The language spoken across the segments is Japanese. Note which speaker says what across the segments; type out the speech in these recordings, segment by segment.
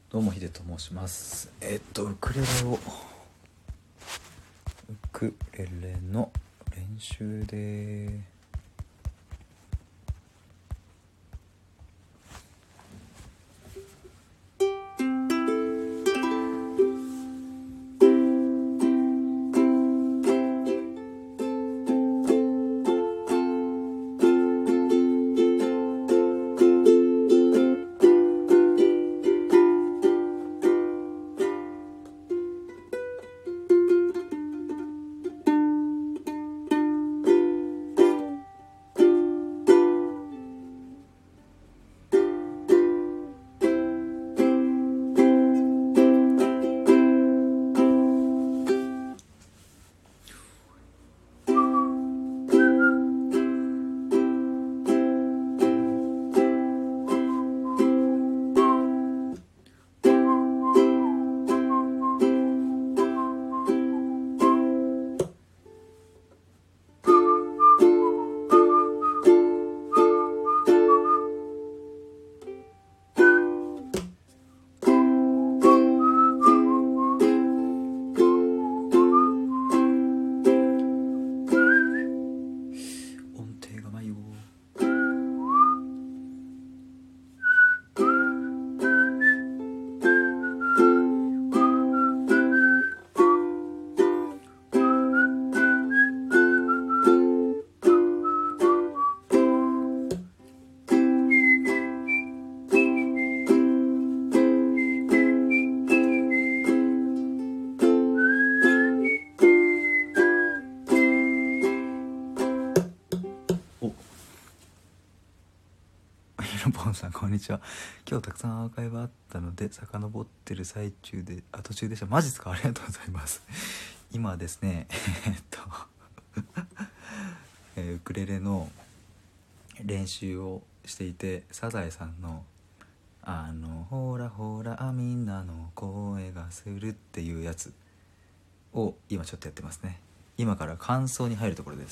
Speaker 1: どうもヒデと申します。ウクレレの練習で音程がないよ。ヒロポンさんこんにちは。今日たくさんアーカイブあったので遡ってる最中で途中でした。マジですか？ありがとうございます。今ですねウクレレの練習をしていて、サザエさんのほらほらみんなの声がするっていうやつを今ちょっとやってますね。今から感想に入るところです。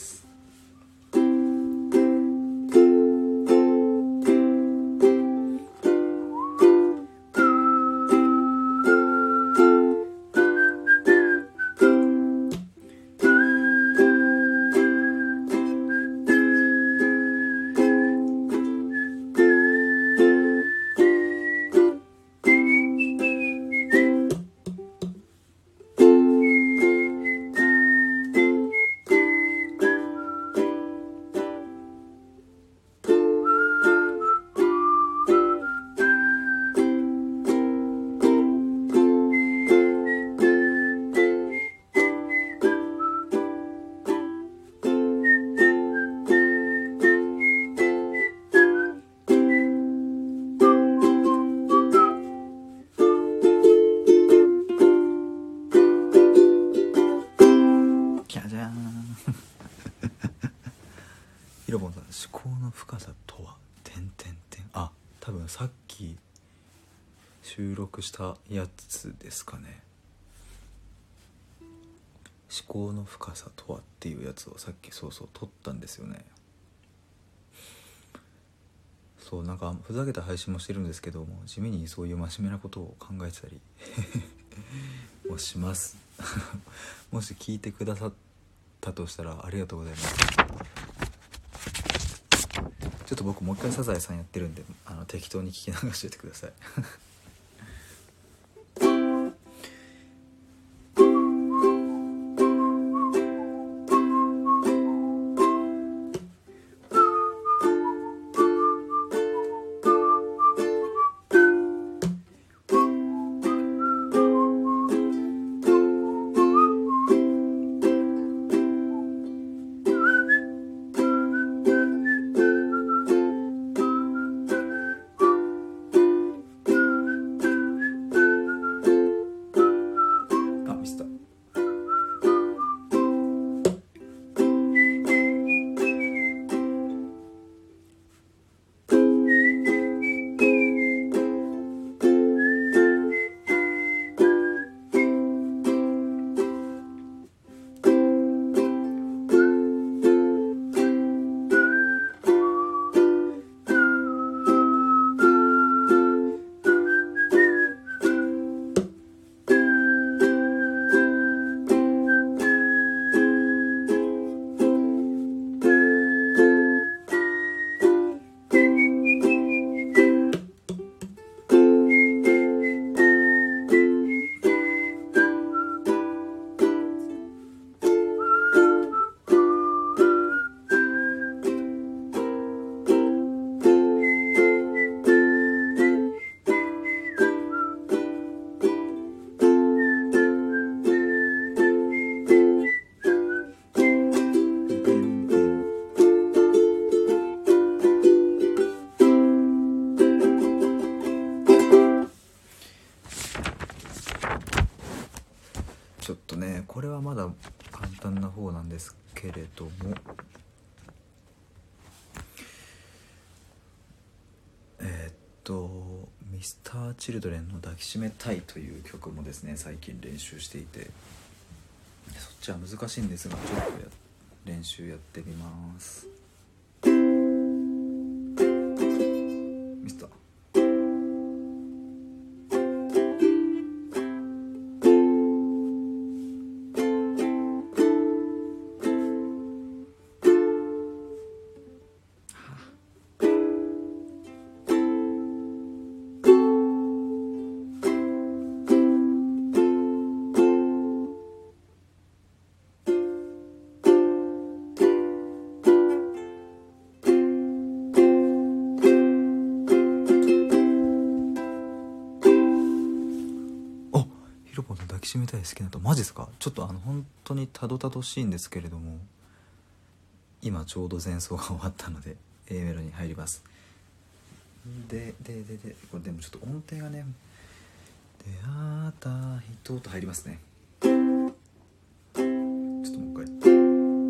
Speaker 1: ヒロポンさん、思考の深さとは多分さっき収録したやつですかね。思考の深さとはっていうやつをさっき撮ったんですよね。なんかふざけた配信もしてるんですけども、地味にそういう真面目なことを考えてたりもしますもし聞いてくださったとしたらありがとうございます。ちょっと僕もう一回サザエさんやってるんで適当に聞き流しておいてくださいちょっとねこれはまだ簡単な方なんですけれども、ミスターチルドレンの抱きしめたいという曲もですね最近練習していて、そっちは難しいんですがちょっと練習やってみます。ミスターヒロポの抱きしめたい好きなとマジですか。ちょっと本当にたどたどしいんですけれども、今ちょうど前奏が終わったので A メロに入ります。でこれでもちょっと音程がね、出会った人と入りますね。ちょっともう一回。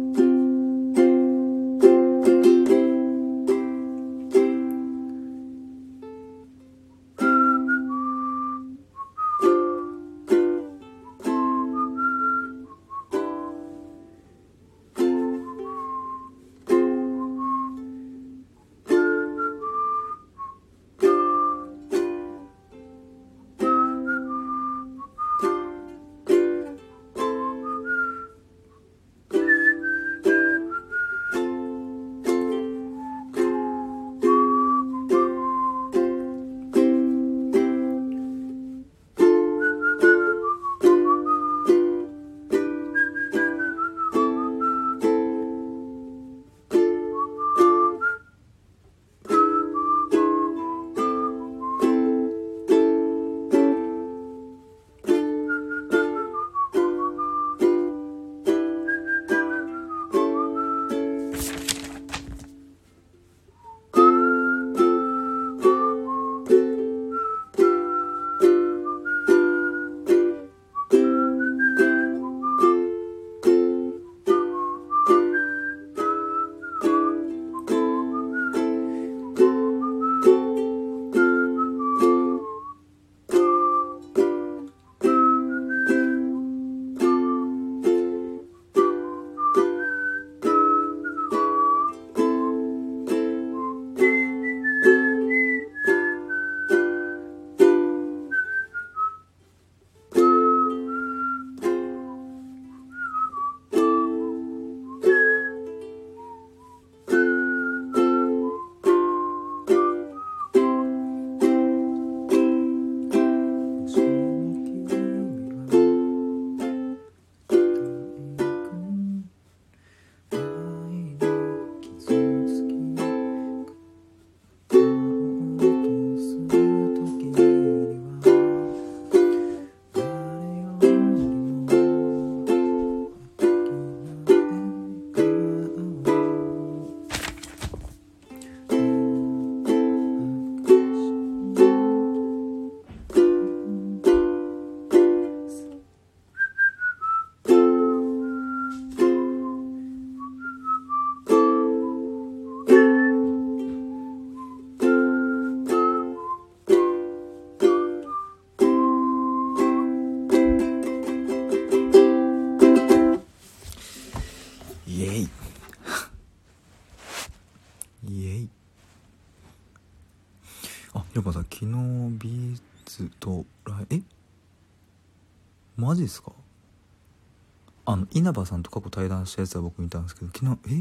Speaker 1: イエイイエイ。あ、ひろこさん昨日ビーツとマジですか。稲葉さんと過去対談したやつは僕見たんですけど、昨日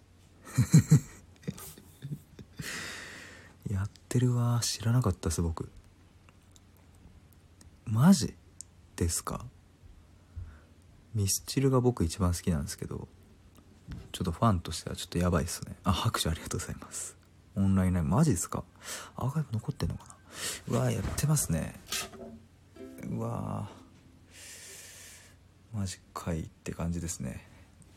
Speaker 1: やってるわ。知らなかったです僕。マジですか。ミスチルが僕一番好きなんですけど、ちょっとファンとしてはちょっとやばいっすね。拍手ありがとうございます。オンラインライブマジですか。アーカイブ残ってんのかな。うわやってますね。うわマジかいって感じですね。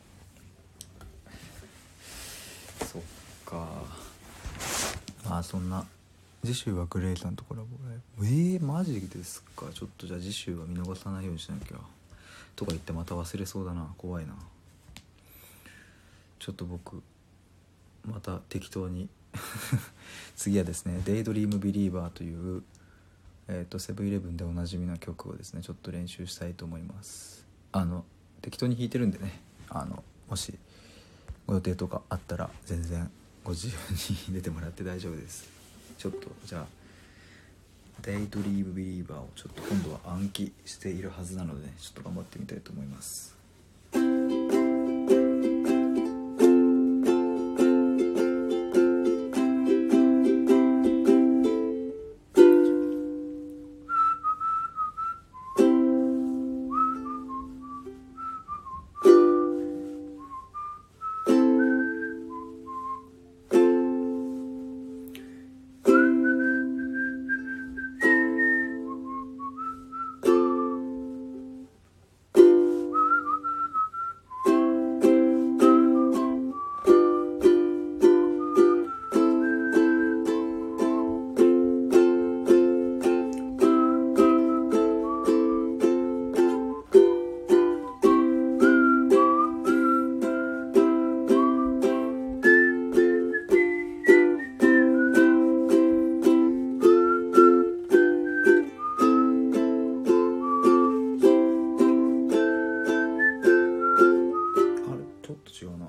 Speaker 1: そっか。まあそんな次週はグレーさんとコラボライブ。マジですか。ちょっとじゃあ次週は見逃さないようにしなきゃ。 とか言ってまた忘れそうだな、怖いな。ちょっと僕また適当に次はですねデイドリームビリーバーというセブンイレブンでおなじみの曲をですねちょっと練習したいと思います。適当に弾いてるんでね、もしご予定とかあったら全然ご自由に出てもらって大丈夫です。ちょっとじゃあデイドリームビリーバーをちょっと今度は暗記しているはずなので、ちょっと頑張ってみたいと思います。違うな。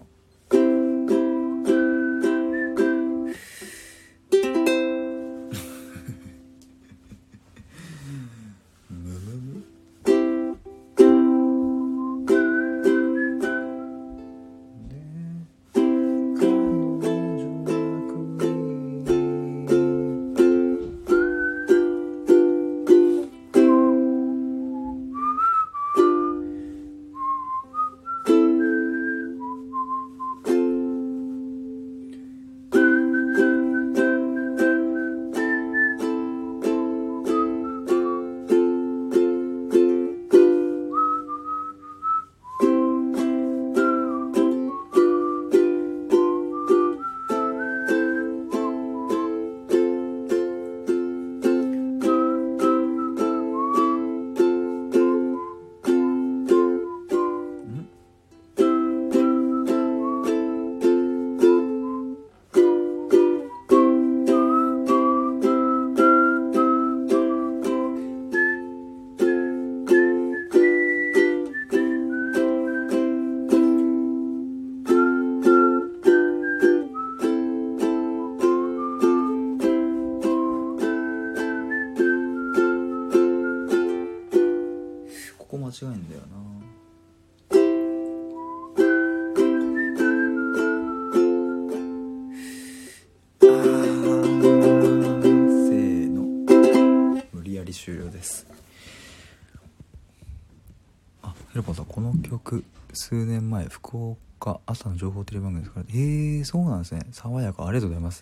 Speaker 1: ここ間違えんだよな。せーの、無理やり終了です。ヘルポンさん、この曲数年前福岡朝の情報テレビ番組ですから。そうなんですね。爽やか、ありがとうございます。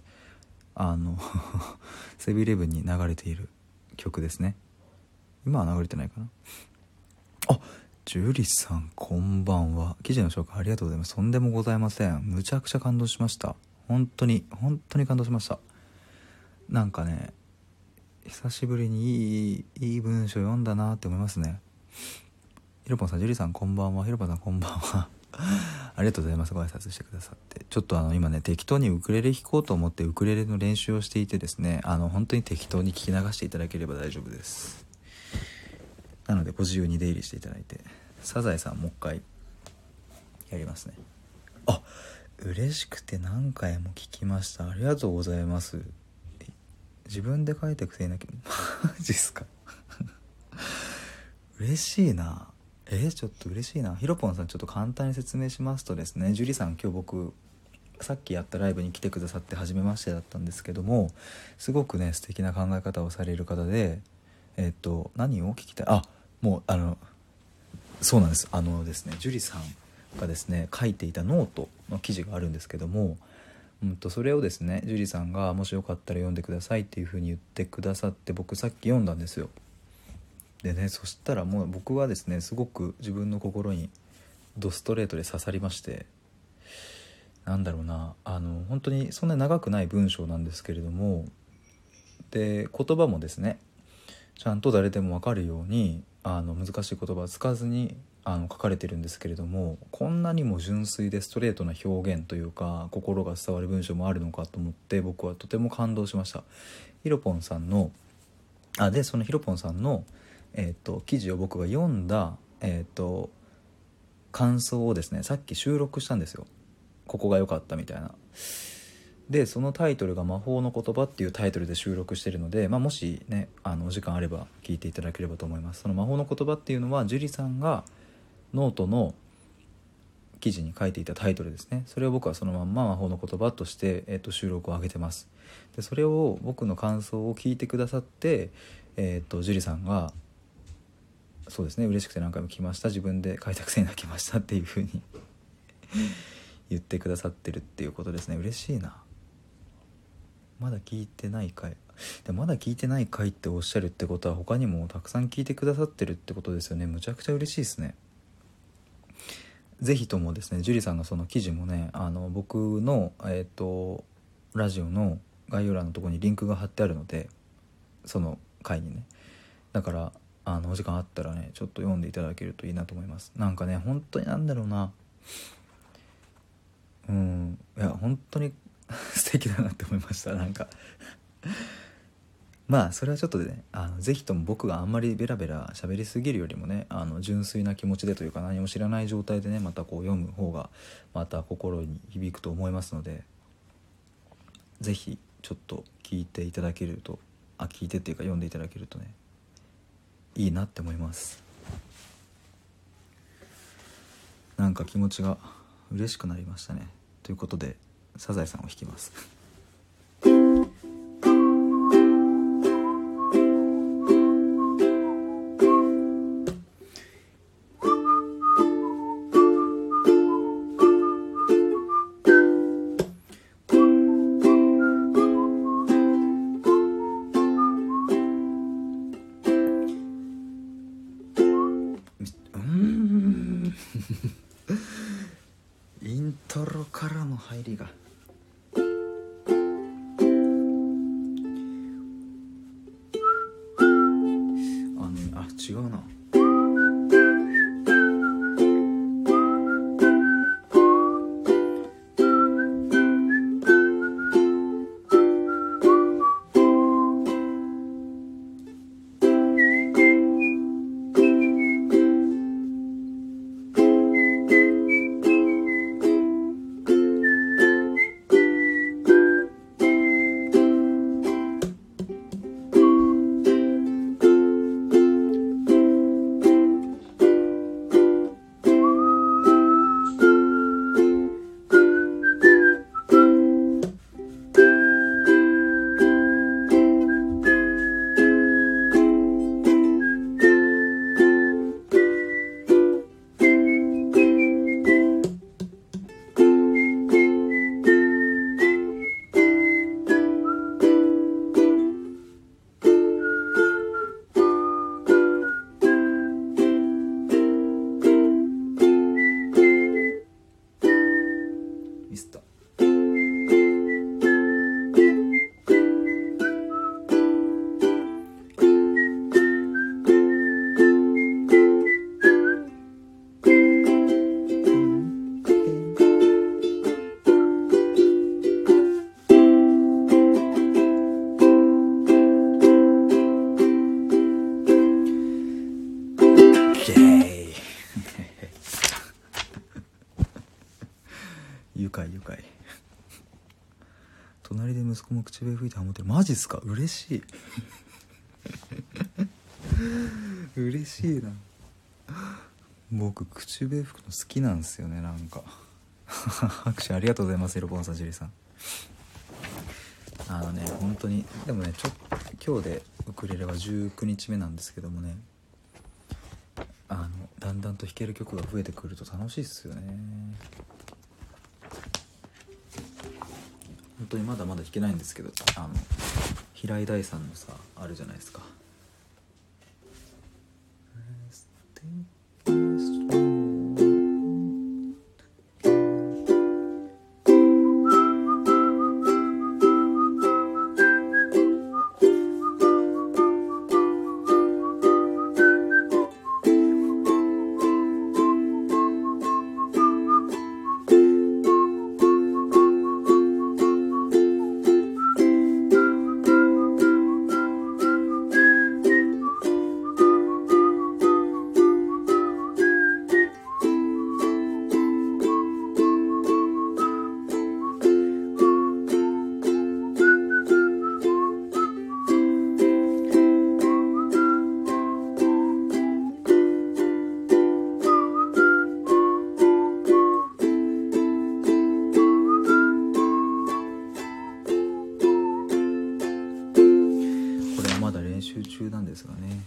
Speaker 1: セブンイレブンに流れている曲ですね。今は流れてないかな。ジュリさんこんばんは。記事の紹介ありがとうございます。とんでもございません。むちゃくちゃ感動しました。本当に感動しました。なんかね、久しぶりにいい文章読んだなって思いますね。ヒロポンさん、ジュリさんこんばんは。ヒロポンさんこんばんは。ありがとうございます。ご挨拶してくださって。ちょっと今ね、適当にウクレレ弾こうと思ってウクレレの練習をしていてですね、本当に適当に聞き流していただければ大丈夫です。なのでご自由に出入りしていただいて。サザエさんもう一回やりますね。嬉しくて何回も聞きました。ありがとうございます。自分で書いてくれなきゃマジっすか。嬉しいな。ちょっと嬉しいな。ヒロポンさん、ちょっと簡単に説明しますとですね、ジュリさん今日僕さっきやったライブに来てくださって初めましてだったんですけども、すごくね素敵な考え方をされる方で、何を聞きたい、もうそうなんです。ですね、ジュリさんがですね書いていたノートの記事があるんですけども、それをですねジュリさんがもしよかったら読んでくださいっていう風に言ってくださって、僕さっき読んだんですよ。でね、そしたらもう僕はですねすごく自分の心にドストレートで刺さりまして、なんだろうな、本当にそんなに長くない文章なんですけれども、で言葉もですねちゃんと誰でも分かるように難しい言葉を使わずに書かれてるんですけれども、こんなにも純粋でストレートな表現というか心が伝わる文章もあるのかと思って僕はとても感動しました。ヒロポンさんのでそのヒロポンさんの、記事を僕が読んだ、感想をですねさっき収録したんですよ。ここが良かったみたいな。でそのタイトルが魔法の言葉っていうタイトルで収録してるので、もしねお時間あれば聞いていただければと思います。その魔法の言葉っていうのは樹里さんがノートの記事に書いていたタイトルですね。それを僕はそのまんま魔法の言葉として、収録を上げてます。でそれを僕の感想を聞いてくださって、樹里さんがそうですね嬉しくて何回も聞きました、自分で書いたくせに泣きましたっていう風に言ってくださってるっていうことですね。嬉しいな。まだ聞いてない回でまだ聞いてない回っておっしゃるってことは他にもたくさん聞いてくださってるってことですよね。むちゃくちゃ嬉しいですね。ぜひともですね樹里さんのその記事もね僕の、ラジオの概要欄のところにリンクが貼ってあるのでその回にね、だからお時間あったらねちょっと読んでいただけるといいなと思います。なんかね本当になんだろうな、いや本当に素敵だなって思いました。なんかそれはちょっとでねぜひとも僕があんまりベラベラ喋りすぎるよりもね純粋な気持ちでというか何も知らない状態でねまたこう読む方がまた心に響くと思いますので、ぜひちょっと聞いていただけると聞いてっていうか読んでいただけるとねいいなって思います。なんか気持ちが嬉しくなりましたね。ということでサザエさんを弾きます。イントロからの入りが違うな。ミスった。愉快愉快。隣で息子も口笛吹いてハモってる。マジっすか。嬉しい嬉しいな。僕口笛吹くの好きなんですよね。なんか拍手ありがとうございます。ヒロポンさん、ジュリさん。本当にでもね今日でウクレレは19日目なんですけどもね、だんだんと弾ける曲が増えてくると楽しいっすよね。本当にまだまだ弾けないんですけど平井大さんのさあるじゃないですか。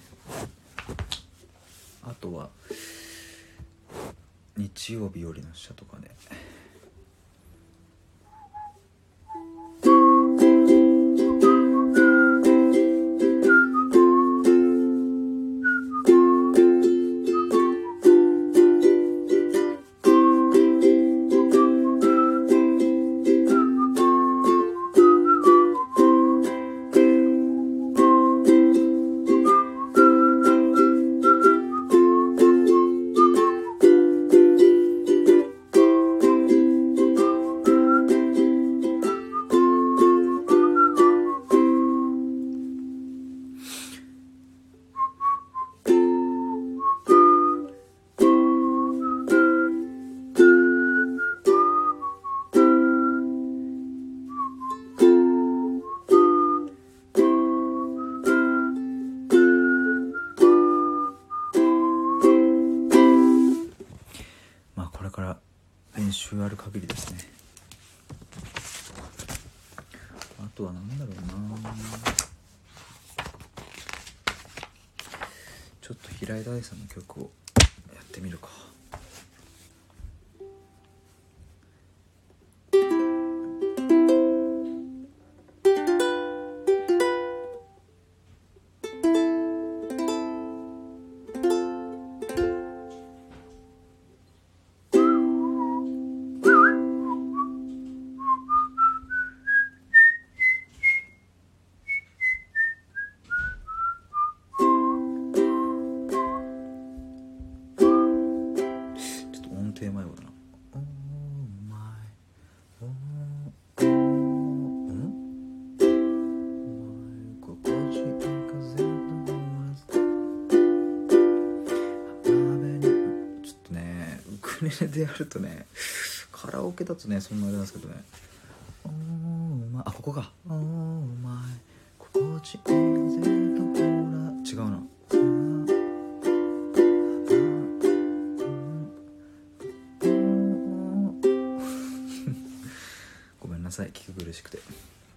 Speaker 1: あとは日曜日よりの使者とかね。練習ある限りですね。あとは何だろうな、ちょっと平井大さんの曲をやってみるか。テーマようだな。ちょっとね、ウクレレでやるとね、カラオケだとねそんなあれなんですけどね。あ、ここか。心地いい風とほら、違うな。ごめんなさい、聞き苦しくて。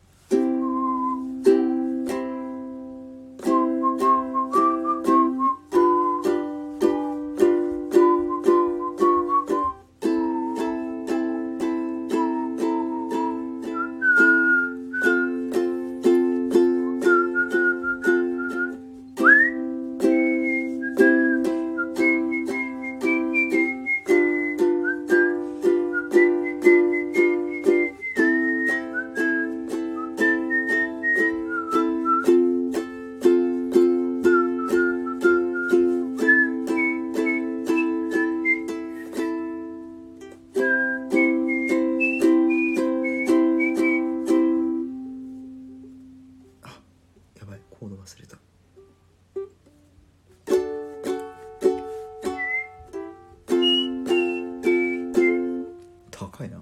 Speaker 1: コード忘れた。高いな。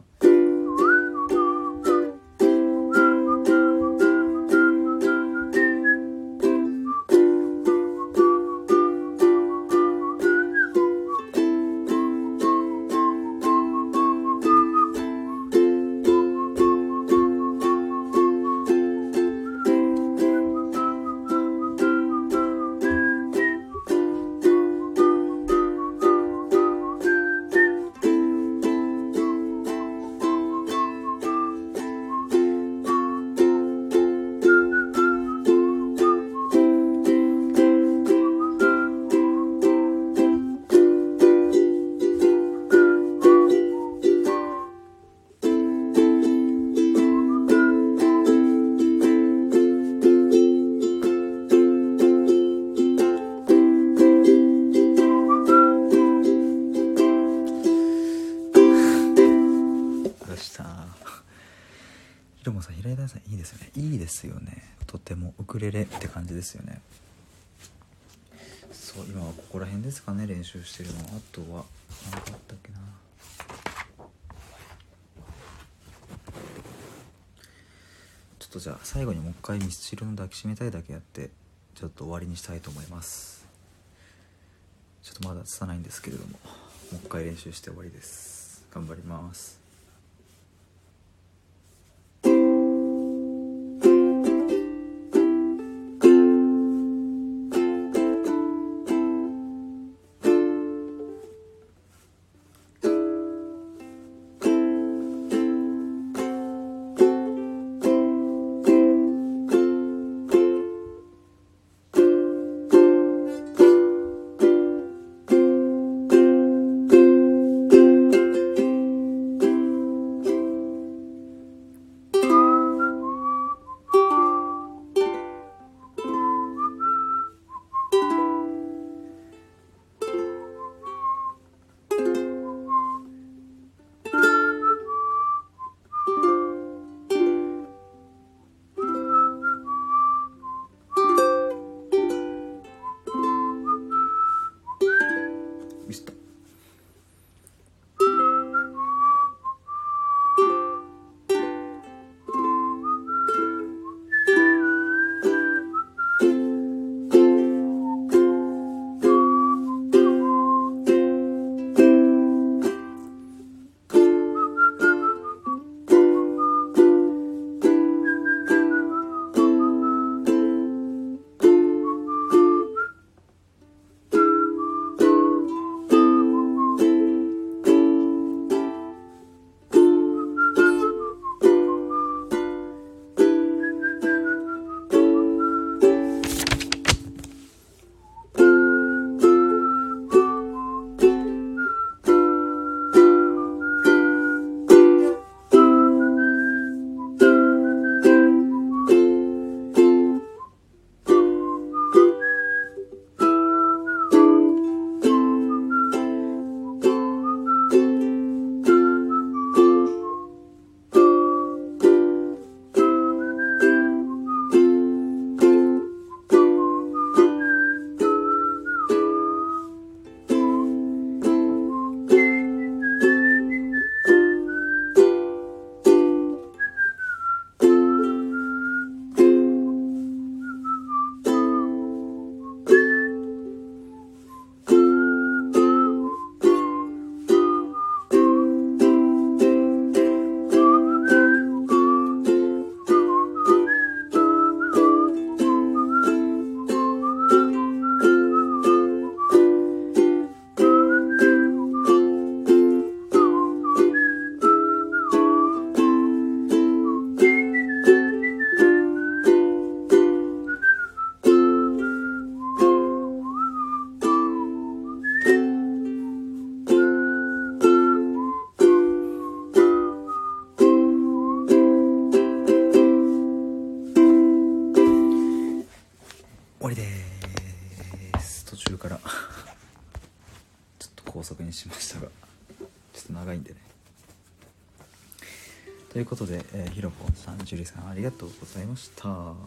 Speaker 1: ヒロモさん、平井大さんいいですよね。いいですよね。とてもウクレレって感じですよね。そう、今はここら辺ですかね、練習してるのは。あとは何かあったっけな。ちょっとじゃあ最後にもう一回ミスチルの抱きしめたいだけやってちょっと終わりにしたいと思います。ちょっとまだ拙いんですけれども、もう一回練習して終わりです。頑張ります。 週からちょっと高速にしましたが、ちょっと長いんでね。ということで、ひろぽんさん、ジュリさんありがとうございました。はい、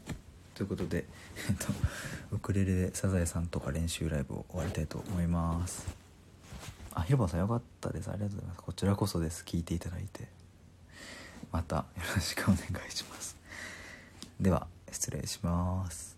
Speaker 1: ということでウクレレでサザエさんとか練習ライブを終わりたいと思います。ひろぽんさんよかったです。ありがとうございます。こちらこそです。聞いていただいてまたよろしくお願いします。では失礼します。